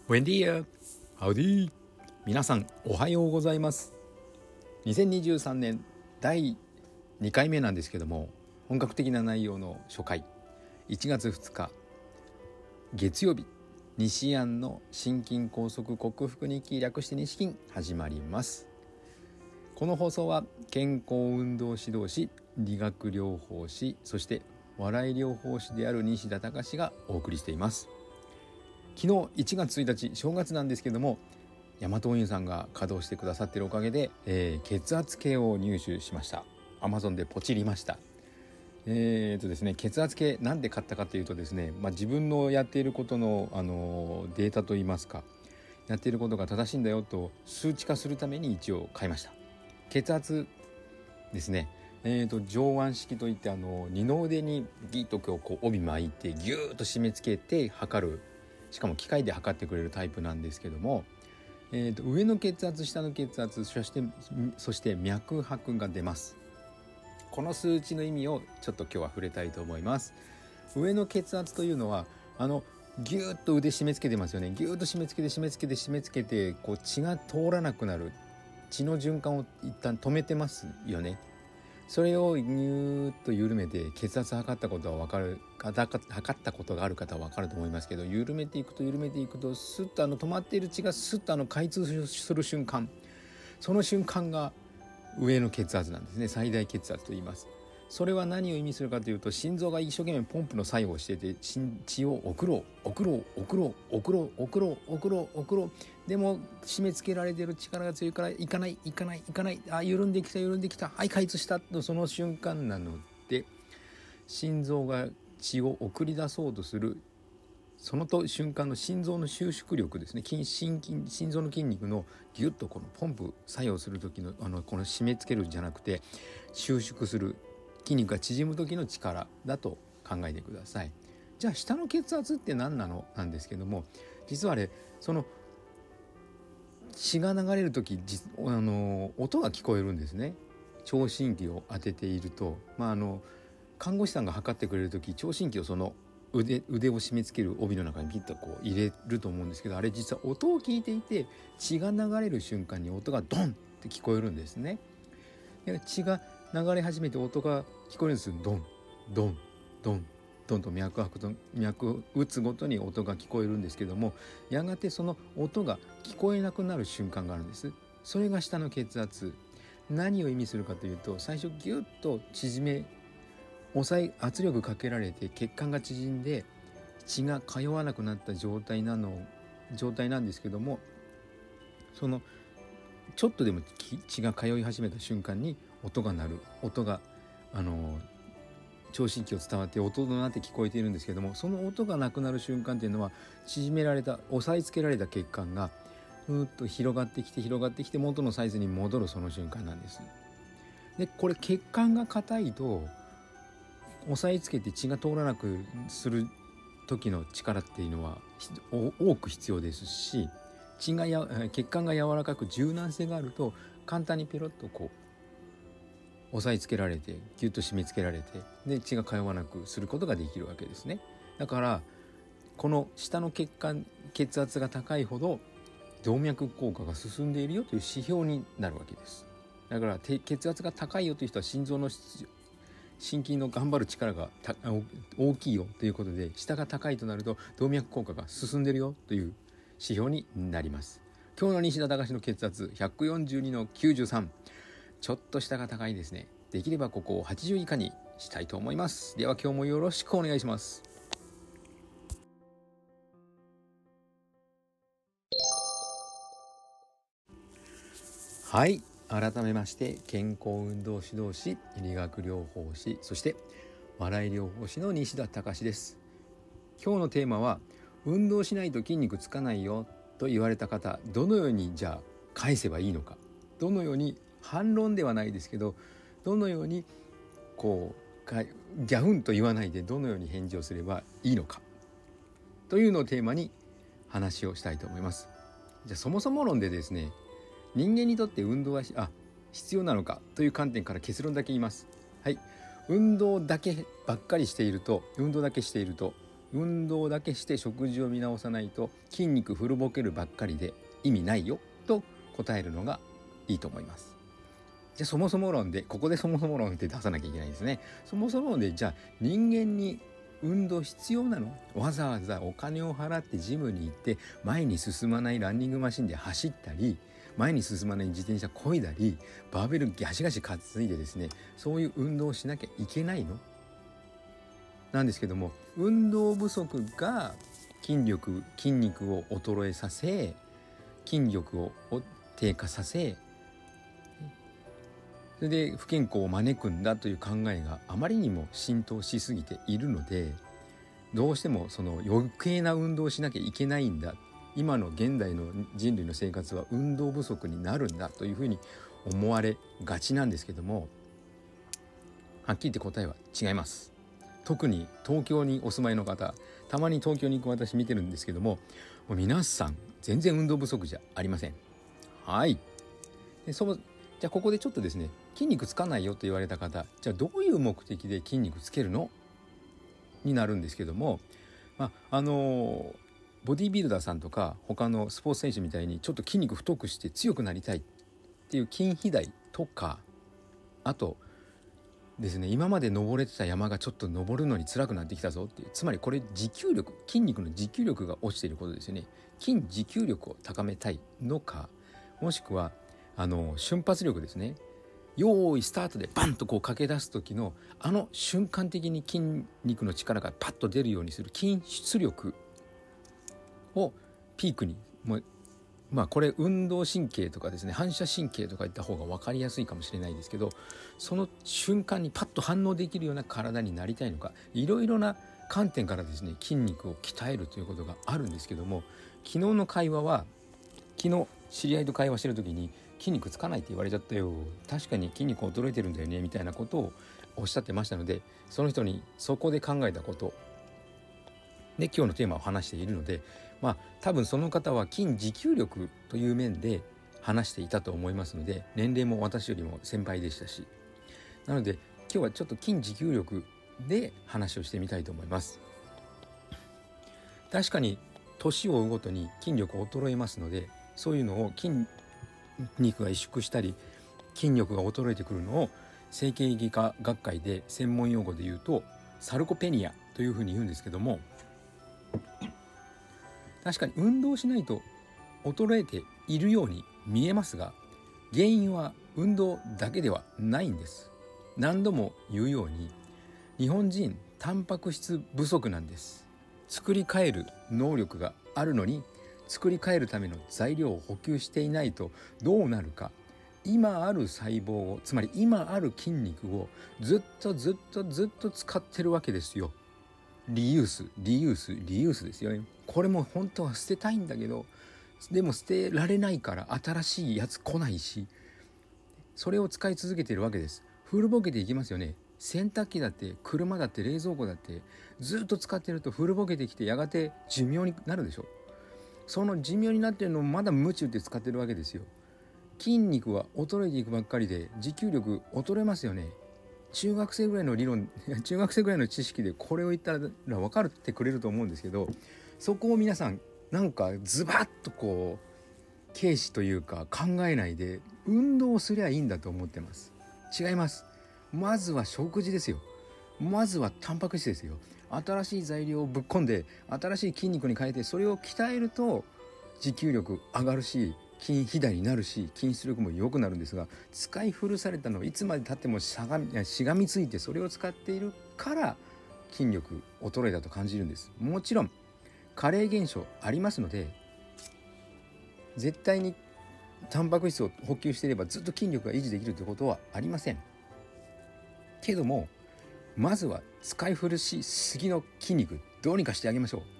ブエンディア、ハウディ。皆さんおはようございます。2023年第2回目なんですけども、本格的な内容の初回、1月2日月曜日、西安の心筋梗塞克服日記、略して西筋始まります。この放送は健康運動指導士、理学療法士、そして笑い療法士である西田隆がお送りしています。昨日1月1日正月なんですけども、ヤマト運輸さんが稼働してくださっているおかげで、血圧計を入手しました。 Amazon でポチりました。ですね、血圧計なんで買ったかというとですね、自分のやっていることの、データといいますか、やっていることが正しいんだよと数値化するために一応買いました。血圧ですね、上腕式といって二の腕にギッとこう帯巻いてギューッと締め付けて測る、しかも機械で測ってくれるタイプなんですけども、上の血圧、下の血圧、そして脈拍が出ます。この数値の意味をちょっと今日は触れたいと思います。上の血圧というのはギューッと腕締め付けてますよね。ギューッと締め付けてこう血が通らなくなる、血の循環を一旦止めてますよね。それをギューッと緩めて血圧測ったことは測ったことがある方は分かると思いますけど、緩めていくとスッと止まっている血がスッと開通する瞬間、その瞬間が上の血圧なんですね。最大血圧と言います。それは何を意味するかというと、心臓が一生懸命ポンプの作用をしていて、血を送ろうでも締め付けられている力が強いからいかない、緩んできた、はい、開通したと、その瞬間なので、心臓が血を送り出そうとするその瞬間の心臓の収縮力ですね。心臓の筋肉のギュッとこのポンプ作用する時のこの締め付けるんじゃなくて、収縮する筋肉が縮む時の力だと考えてください。じゃあ下の血圧って何なのなんですけども、実はその血が流れる時、音が聞こえるんですね。聴診器を当てていると、看護師さんが測ってくれる時、聴診器をその腕を締め付ける帯の中にピッとこう入れると思うんですけど、あれ実は音を聞いていて、血が流れる瞬間に音がドンって聞こえるんですね。で血が流れ始めて音が聞こえるんですよ。ドンドンドンドンと脈打つごとに音が聞こえるんですけども、やがてその音が聞こえなくなる瞬間があるんです。それが下の血圧。何を意味するかというと、最初ギュッと圧力かけられて血管が縮んで血が通わなくなった状態なんですけども、そのちょっとでも血が通い始めた瞬間に音が鳴る、音が聴診器を伝わって音となって聞こえているんですけども、その音がなくなる瞬間っていうのは、押さえつけられた血管がふーっと広がってきて元のサイズに戻る、その瞬間なんです。でこれ血管が硬いと押さえつけて血が通らなくする時の力っていうのは多く必要ですし、血管が柔らかく柔軟性があると簡単にペロッとこう押さえつけられてギュッと締め付けられて、で血が通わなくすることができるわけですね。だからこの下の血圧が高いほど動脈硬化が進んでいるよという指標になるわけです。だから血圧が高いよという人は心臓の心筋の頑張る力が大きいよということで、下が高いとなると動脈硬化が進んでるよという指標になります。今日の西田隆の血圧142の93、ちょっと下が高いですね。できればここを80以下にしたいと思います。では今日もよろしくお願いします。はい、改めまして健康運動指導士、理学療法士、そして笑い療法士の西田隆です。今日のテーマは、運動しないと筋肉つかないよと言われた方、どのようにじゃあ返せばいいのか、どのように、反論ではないですけど、どのようにこうギャフンと言わないでどのように返事をすればいいのかというのをテーマに話をしたいと思います。じゃあそもそも論でですね、人間にとって運動は必要なのかという観点から結論だけ言います。はい、運動だけしていると運動だけして食事を見直さないと筋肉古ぼけるばっかりで意味ないよと答えるのがいいと思います。じゃあそもそも論で、ここでそもそも論って出さなきゃいけないんですね。そもそも論で、じゃあ人間に運動必要なの？わざわざお金を払ってジムに行って前に進まないランニングマシンで走ったり、前に進まない自転車漕いだり、バーベルガシガシ担いでですね、そういう運動をしなきゃいけないのなんですけども、運動不足が筋肉を衰えさせ、筋力を低下させ、それで不健康を招くんだという考えがあまりにも浸透しすぎているので、どうしてもその余計な運動をしなきゃいけないんだ、今の現代の人類の生活は運動不足になるんだというふうに思われがちなんですけども、はっきり言って答えは違います。特に東京にお住まいの方、たまに東京に行く私見てるんですけども、もう皆さん全然運動不足じゃありません。はい。でじゃあここでちょっとですね、筋肉つかないよと言われた方、じゃあどういう目的で筋肉つけるのになるんですけども、ボディービルダーさんとか他のスポーツ選手みたいにちょっと筋肉太くして強くなりたいっていう筋肥大とか、あとですね、今まで登れてた山がちょっと登るのに辛くなってきたぞっていう、つまりこれ持久力、筋肉の持久力が落ちていることですよね。筋持久力を高めたいのか、もしくは瞬発力ですね。用意スタートでバンとこう駆け出す時の瞬間的に筋肉の力がパッと出るようにする筋出力をピークに、これ運動神経とかですね、反射神経とか言った方が分かりやすいかもしれないですけど、その瞬間にパッと反応できるような体になりたいのか、いろいろな観点からですね、筋肉を鍛えるということがあるんですけども、昨日知り合いと会話してる時に筋肉つかないって言われちゃったよ、確かに筋肉衰えてるんだよねみたいなことをおっしゃってましたので、その人にそこで考えたことで今日のテーマを話しているので、多分その方は筋持久力という面で話していたと思いますので、年齢も私よりも先輩でしたし、なので今日はちょっと筋持久力で話をしてみたいと思います。確かに年を追うごとに筋力衰えますので、そういうのを筋肉が萎縮したり筋力が衰えてくるのを整形外科学会で専門用語で言うとサルコペニアというふうに言うんですけども、確かに運動しないと衰えているように見えますが、原因は運動だけではないんです。何度も言うように日本人タンパク質不足なんです。作り変える能力があるのに作り変えるための材料を補給していないとどうなるか、今ある細胞を、つまり今ある筋肉をずっと使ってるわけですよ。リユースですよね。これも本当は捨てたいんだけど、でも捨てられないから新しいやつ来ないし、それを使い続けているわけです。古ぼけていきますよね。洗濯機だって車だって冷蔵庫だってずっと使ってると古ぼけてきて、やがて寿命になるでしょ。その寿命になってるのをまだ鞭打って使ってるわけですよ。筋肉は衰えていくばっかりで持久力衰えますよね。中学生ぐらいの知識でこれを言ったら分かってくれると思うんですけど、そこを皆さんなんかズバッとこう軽視というか考えないで運動すりゃいいんだと思ってます。違います。まずは食事ですよ。まずはタンパク質ですよ。新しい材料をぶっ込んで新しい筋肉に変えて、それを鍛えると持久力上がるし、筋肥大になるし、筋出力も良くなるんですが、使い古されたのをいつまで経ってもしがみついてそれを使っているから筋力衰えだと感じるんです。もちろん加齢現象ありますので、絶対にタンパク質を補給していればずっと筋力が維持できるということはありませんけども、まずは使い古しすぎの筋肉どうにかしてあげましょう。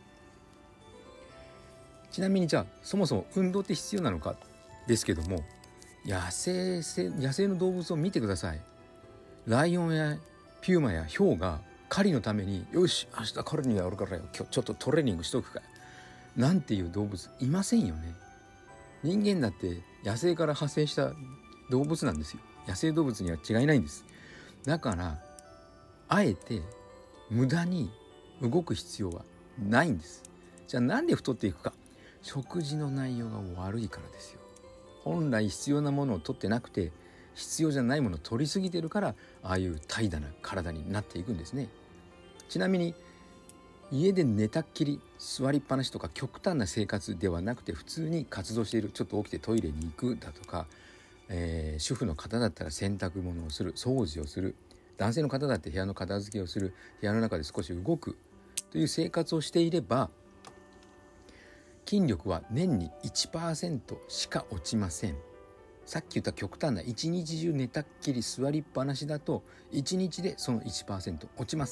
ちなみにじゃあそもそも運動って必要なのかですけども、野生の動物を見てください。ライオンやピューマやヒョウが狩りのために、よし明日狩りにやるからよ、今日ちょっとトレーニングしとくかなんていう動物いませんよね。人間だって野生から派生した動物なんですよ。野生動物には違いないんです。だからあえて無駄に動く必要はないんです。じゃあなんで太っていくか。食事の内容が悪いからですよ。本来必要なものを取ってなくて、必要じゃないものを取りすぎてるから、ああいう怠惰な体になっていくんですね。ちなみに家で寝たっきり座りっぱなしとか極端な生活ではなくて、普通に活動している、ちょっと起きてトイレに行くだとか、主婦の方だったら洗濯物をする、掃除をする、男性の方だって部屋の片付けをする、部屋の中で少し動くという生活をしていれば、筋力は年に 1% しか落ちません。さっき言った極端な一日中寝たっきり座りっぱなしだと、1日でその 1% 落ちます。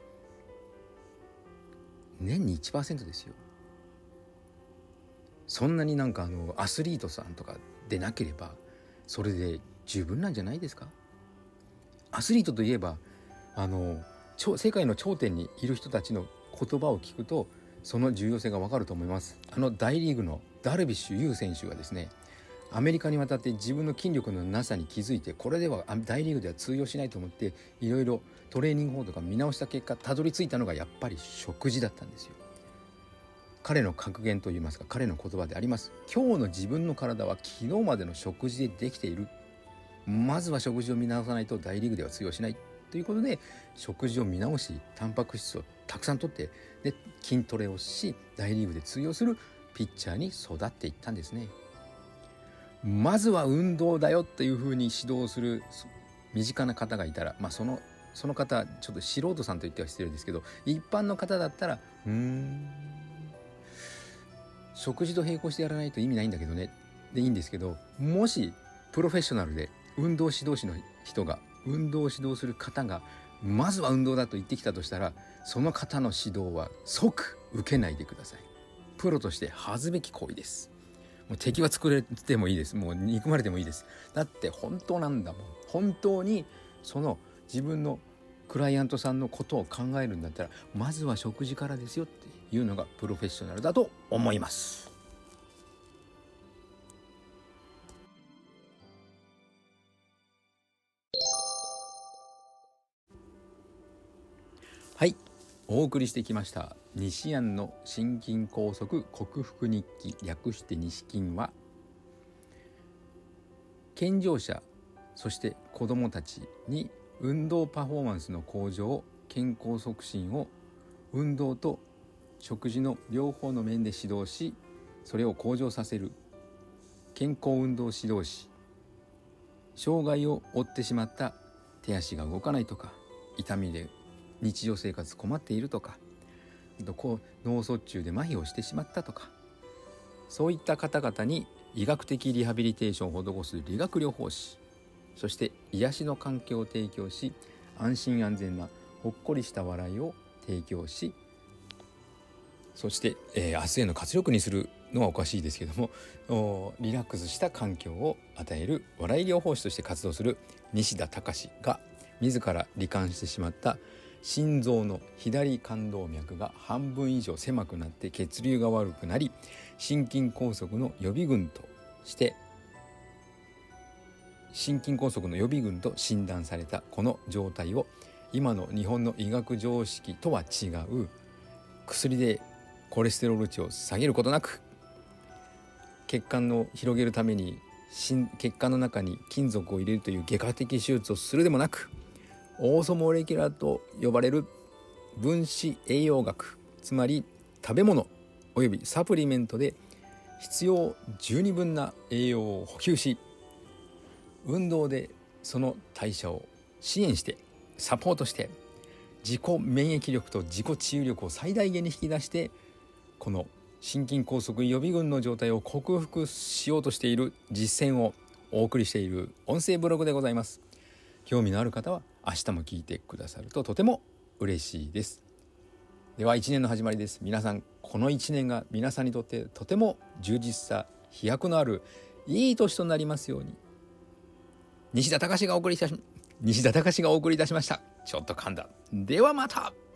年に 1% ですよ。そんなにアスリートさんとかでなければそれで十分なんじゃないですか。アスリートといえば世界の頂点にいる人たちの言葉を聞くと、その重要性がわかると思います。大リーグのダルビッシュ有選手がですね、アメリカに渡って自分の筋力のなさに気づいて、これでは大リーグでは通用しないと思って、いろいろトレーニング法とか見直した結果、たどり着いたのがやっぱり食事だったんですよ。彼の格言といいますか、彼の言葉であります。今日の自分の体は昨日までの食事でできている。まずは食事を見直さないと大リーグでは通用しないということで、食事を見直し、タンパク質をたくさんとって、で筋トレをし、大リーグで通用するピッチャーに育っていったんですね。まずは運動だよというふうに指導する身近な方がいたら、その方、ちょっと素人さんと言っては失礼ですけど、一般の方だったら食事と並行してやらないと意味ないんだけどねでいいんですけど、もしプロフェッショナルで運動指導士の人が、運動を指導する方がまずは運動だと言ってきたとしたら、その方の指導は即受けないでください。プロとして恥ずべき行為です。もう敵は作れてもいいです。もう憎まれてもいいです。だって本当なんだもん。本当にその自分のクライアントさんのことを考えるんだったら、まずは食事からですよっていうのがプロフェッショナルだと思います。はい、お送りしてきました西安の心筋梗塞克服日記、略して西筋は、健常者そして子どもたちに運動パフォーマンスの向上、健康促進を運動と食事の両方の面で指導し、それを向上させる健康運動指導士。障害を負ってしまった、手足が動かないとか、痛みで日常生活困っているとか、脳卒中で麻痺をしてしまったとか、そういった方々に医学的リハビリテーションを施す理学療法士、そして癒しの環境を提供し、安心安全なほっこりした笑いを提供し、そして、明日への活力にするのはおかしいですけども、リラックスした環境を与える笑い療法士として活動する西田隆が、自ら罹患してしまった心臓の左冠動脈が半分以上狭くなって血流が悪くなり、心筋梗塞の予備軍として心筋梗塞の予備軍と診断されたこの状態を、今の日本の医学常識とは違う薬でコレステロール値を下げることなく、血管を広げるために血管の中に金属を入れるという外科的手術をするでもなく、オーソモレキュラーと呼ばれる分子栄養学、つまり食べ物およびサプリメントで必要十二分な栄養を補給し、運動でその代謝を支援してサポートして、自己免疫力と自己治癒力を最大限に引き出して、この心筋梗塞予備軍の状態を克服しようとしている実践をお送りしている音声ブログでございます。興味のある方は明日も聞いてくださるととても嬉しいです。では1年の始まりです。皆さん、この1年が皆さんにとってとても充実さ、飛躍のあるいい年となりますように。西田隆がお送りいたしました。ちょっと噛んだ。ではまた。